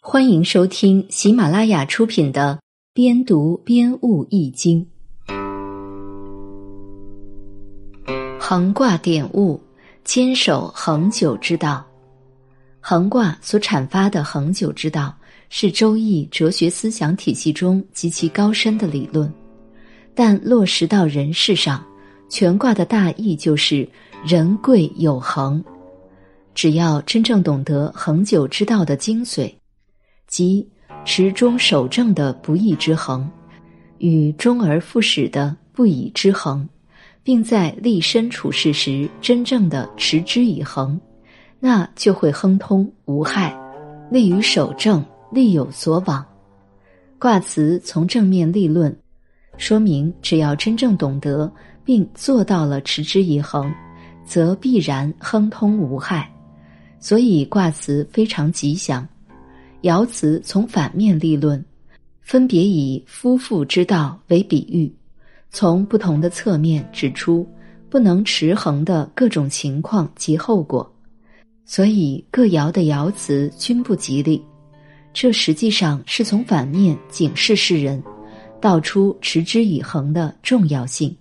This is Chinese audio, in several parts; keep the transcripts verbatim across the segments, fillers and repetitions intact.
欢迎收听喜马拉雅出品的边读边悟易经。横卦点悟，坚守恒久之道。横卦所阐发的恒久之道，是周易哲学思想体系中极其高深的理论，但落实到人事上，全卦的大意就是人贵有恒。只要真正懂得恒久之道的精髓，即持中守正的不义之恒，与终而复始的不以之恒，并在立身处世时真正的持之以恒，那就会亨通无害，立于守正，立有所往。卦辞从正面立论，说明只要真正懂得并做到了持之以恒，则必然亨通无害，所以卦辞非常吉祥。爻辞从反面立论，分别以夫妇之道为比喻，从不同的侧面指出不能持恒的各种情况及后果，所以各爻的爻辞均不吉利。这实际上是从反面警示世人，道出持之以恒的重要性。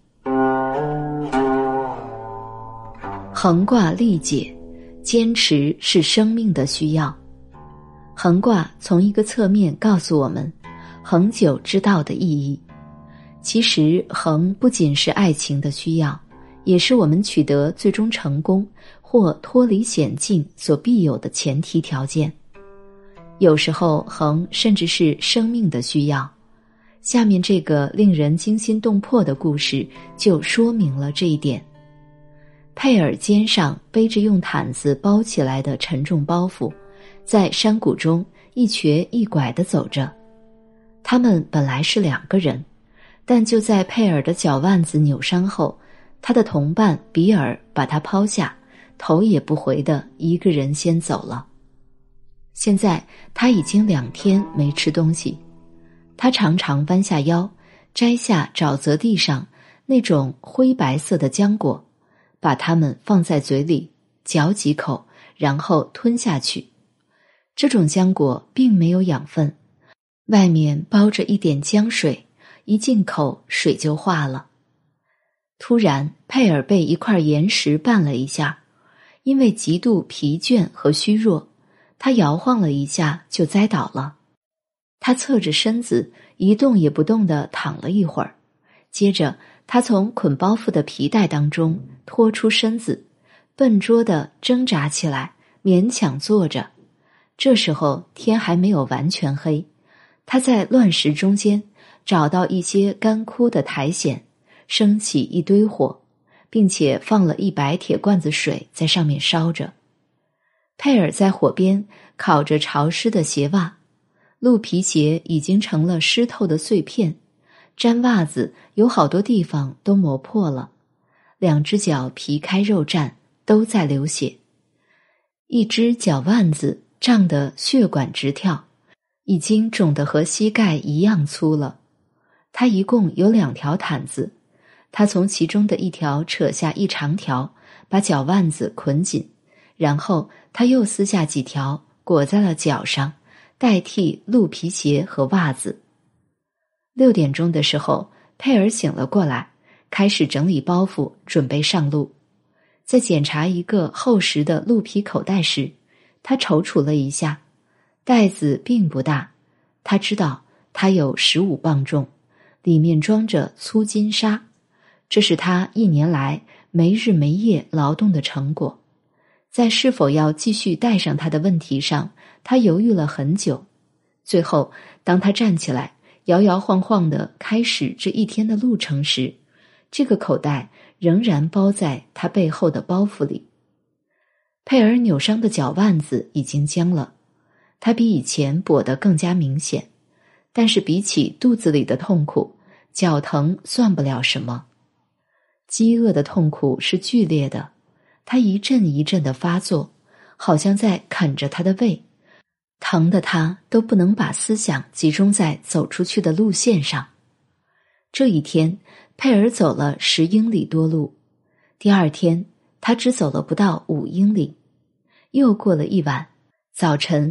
横卦历解，坚持是生命的需要。横卦从一个侧面告诉我们恒久之道的意义。其实恒不仅是爱情的需要，也是我们取得最终成功或脱离险境所必有的前提条件。有时候恒甚至是生命的需要。下面这个令人惊心动魄的故事就说明了这一点。佩尔肩上背着用毯子包起来的沉重包袱，在山谷中一瘸一拐地走着。他们本来是两个人，但就在佩尔的脚腕子扭伤后，他的同伴比尔把他抛下，头也不回地一个人先走了。现在他已经两天没吃东西，他常常弯下腰，摘下沼泽地上那种灰白色的浆果，把它们放在嘴里，嚼几口，然后吞下去。这种浆果并没有养分，外面包着一点浆水，一进口水就化了。突然，佩尔被一块岩石绊了一下，因为极度疲倦和虚弱，他摇晃了一下就栽倒了。他侧着身子一动也不动地躺了一会儿，接着他从捆包袱的皮带当中拖出身子，笨拙地挣扎起来，勉强坐着。这时候天还没有完全黑，他在乱石中间找到一些干枯的苔藓，升起一堆火，并且放了一百铁罐子水在上面烧着。佩尔在火边烤着潮湿的鞋袜，鹿皮鞋已经成了湿透的碎片，粘袜子有好多地方都磨破了，两只脚皮开肉绽，都在流血。一只脚腕子胀得血管直跳，已经肿得和膝盖一样粗了。他一共有两条毯子，他从其中的一条扯下一长条，把脚腕子捆紧，然后他又撕下几条裹在了脚上，代替鹿皮鞋和袜子。六点钟的时候，佩尔醒了过来，开始整理包袱，准备上路。在检查一个厚实的鹿皮口袋时，他踌躇了一下，袋子并不大，他知道它有十五磅重，里面装着粗金沙，这是他一年来没日没夜劳动的成果。在是否要继续带上它的问题上，他犹豫了很久。最后，当他站起来，摇摇晃晃地开始这一天的路程时，这个口袋仍然包在他背后的包袱里。佩尔扭伤的脚腕子已经僵了，它比以前跛得更加明显，但是比起肚子里的痛苦，脚疼算不了什么。饥饿的痛苦是剧烈的，它一阵一阵地发作，好像在啃着他的胃，疼得他都不能把思想集中在走出去的路线上。这一天，佩尔走了十英里多路，第二天他只走了不到五英里。又过了一晚，早晨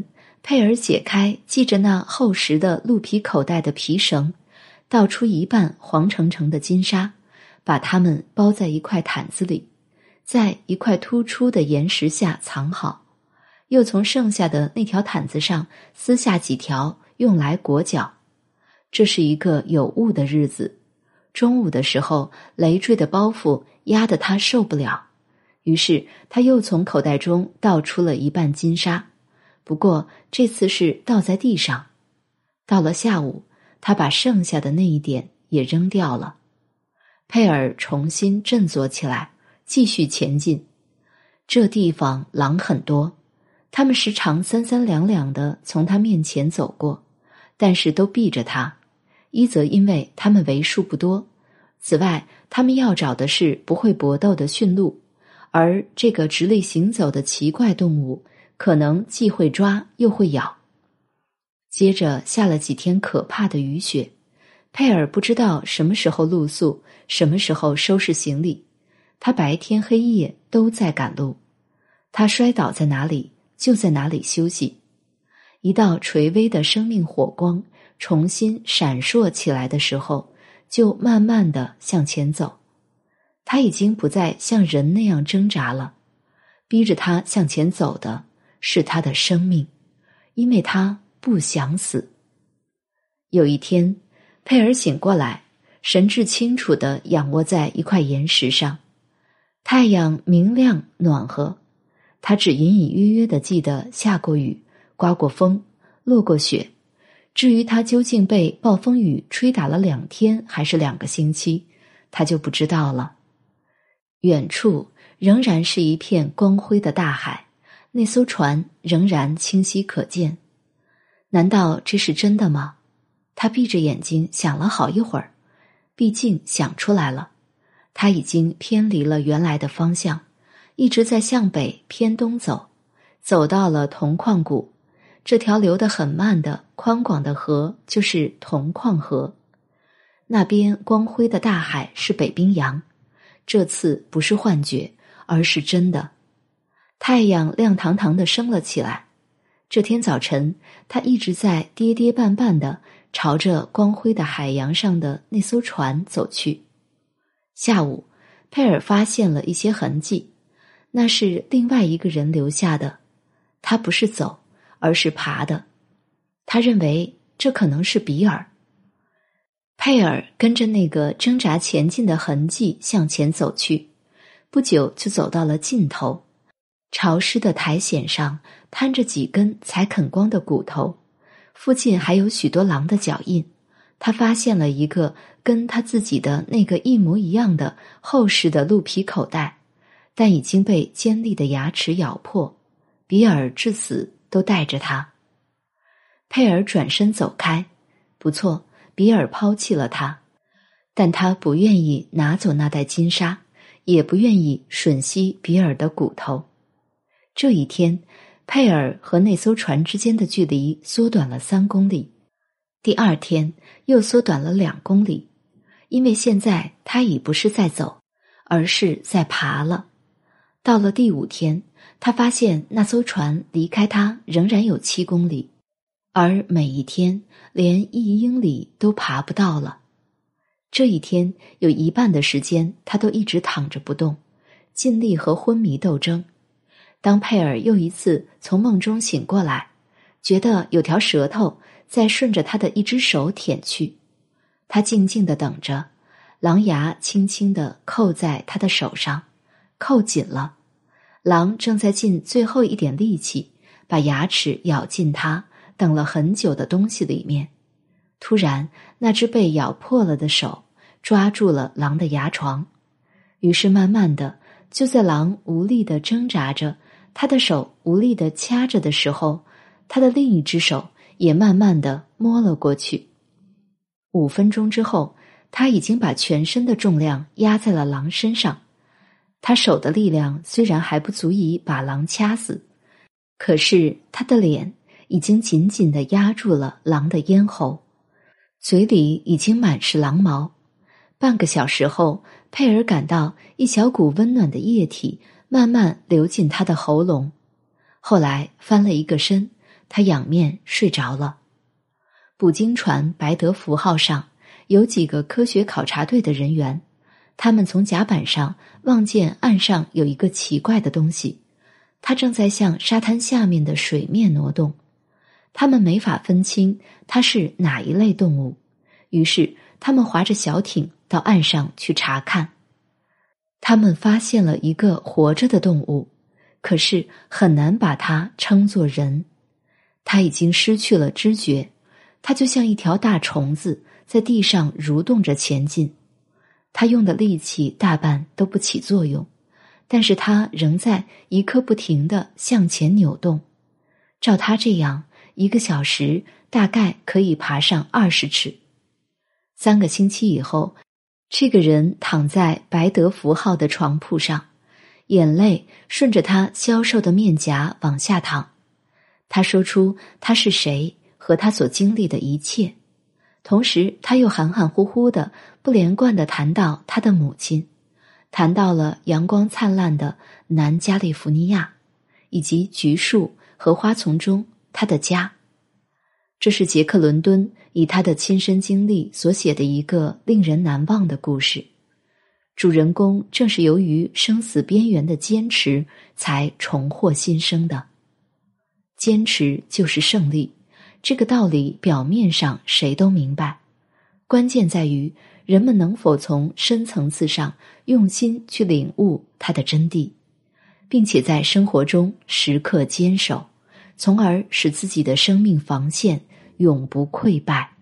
佩尔解开系着那厚实的鹿皮口袋的皮绳，倒出一半黄澄澄的金沙，把它们包在一块毯子里，在一块突出的岩石下藏好，又从剩下的那条毯子上撕下几条用来裹脚。这是一个有雾的日子，中午的时候累赘的包袱压得他受不了，于是他又从口袋中倒出了一半金沙，不过这次是倒在地上。到了下午，他把剩下的那一点也扔掉了。佩尔重新振作起来，继续前进。这地方狼很多，他们时常三三两两地从他面前走过，但是都避着他，一则因为他们为数不多，此外他们要找的是不会搏斗的驯鹿，而这个直立行走的奇怪动物可能既会抓又会咬。接着下了几天可怕的雨雪，佩尔不知道什么时候露宿，什么时候收拾行李，他白天黑夜都在赶路，他摔倒在哪里就在哪里休息。一道垂微的生命火光重新闪烁起来的时候，就慢慢地向前走。他已经不再像人那样挣扎了，逼着他向前走的是他的生命，因为他不想死。有一天，佩尔醒过来，神志清楚地仰卧在一块岩石上，太阳明亮暖和，他只隐隐约约地记得下过雨，刮过风，落过雪，至于他究竟被暴风雨吹打了两天还是两个星期，他就不知道了。远处仍然是一片光辉的大海，那艘船仍然清晰可见。难道这是真的吗？他闭着眼睛想了好一会儿，毕竟想出来了，他已经偏离了原来的方向，一直在向北偏东走，走到了铜矿谷。这条流得很慢的宽广的河就是铜矿河。那边光辉的大海是北冰洋，这次不是幻觉，而是真的。太阳亮堂堂地升了起来。这天早晨，他一直在跌跌绊绊地朝着光辉的海洋上的那艘船走去。下午，佩尔发现了一些痕迹，那是另外一个人留下的。他不是走，而是爬的。他认为这可能是比尔。佩尔跟着那个挣扎前进的痕迹向前走去，不久就走到了尽头。潮湿的苔藓上摊着几根才啃光的骨头，附近还有许多狼的脚印。他发现了一个跟他自己的那个一模一样的厚实的鹿皮口袋，但已经被尖利的牙齿咬破。比尔至死都带着他。佩尔转身走开，不错，比尔抛弃了他，但他不愿意拿走那袋金沙，也不愿意吮吸比尔的骨头。这一天，佩尔和那艘船之间的距离缩短了三公里，第二天又缩短了两公里，因为现在他已不是在走，而是在爬了。到了第五天，他发现那艘船离开他仍然有七公里，而每一天连一英里都爬不到了。这一天有一半的时间他都一直躺着不动，尽力和昏迷斗争。当佩尔又一次从梦中醒过来，觉得有条舌头在顺着他的一只手舔去，他静静地等着，狼牙轻轻地扣在他的手上，扣紧了。狼正在尽最后一点力气，把牙齿咬进他等了很久的东西里面。突然，那只被咬破了的手抓住了狼的牙床，于是慢慢的，就在狼无力地挣扎着，他的手无力地掐着的时候，他的另一只手也慢慢地摸了过去。五分钟之后，他已经把全身的重量压在了狼身上。他手的力量虽然还不足以把狼掐死，可是他的脸已经紧紧地压住了狼的咽喉，嘴里已经满是狼毛。半个小时后，佩尔感到一小股温暖的液体慢慢流进他的喉咙。后来翻了一个身， 他仰面睡着了。捕鲸船白德福号上有几个科学考察队的人员，他们从甲板上望见岸上有一个奇怪的东西，它正在向沙滩下面的水面挪动。他们没法分清它是哪一类动物，于是他们划着小艇到岸上去查看。他们发现了一个活着的动物，可是很难把它称作人。它已经失去了知觉，它就像一条大虫子在地上蠕动着前进。它用的力气大半都不起作用，但是它仍在一刻不停地向前扭动。照它这样，一个小时大概可以爬上二十尺。三个星期以后，这个人躺在白德福号的床铺上，眼泪顺着他消瘦的面颊往下淌。他说出他是谁和他所经历的一切，同时他又含含糊糊的、不连贯地谈到他的母亲，谈到了阳光灿烂的南加利福尼亚，以及橘树和花丛中他的家。这是杰克·伦敦以他的亲身经历所写的一个令人难忘的故事。主人公正是由于生死边缘的坚持才重获新生的。坚持就是胜利，这个道理表面上谁都明白，关键在于人们能否从深层次上用心去领悟它的真谛，并且在生活中时刻坚守，从而使自己的生命防线永不溃败。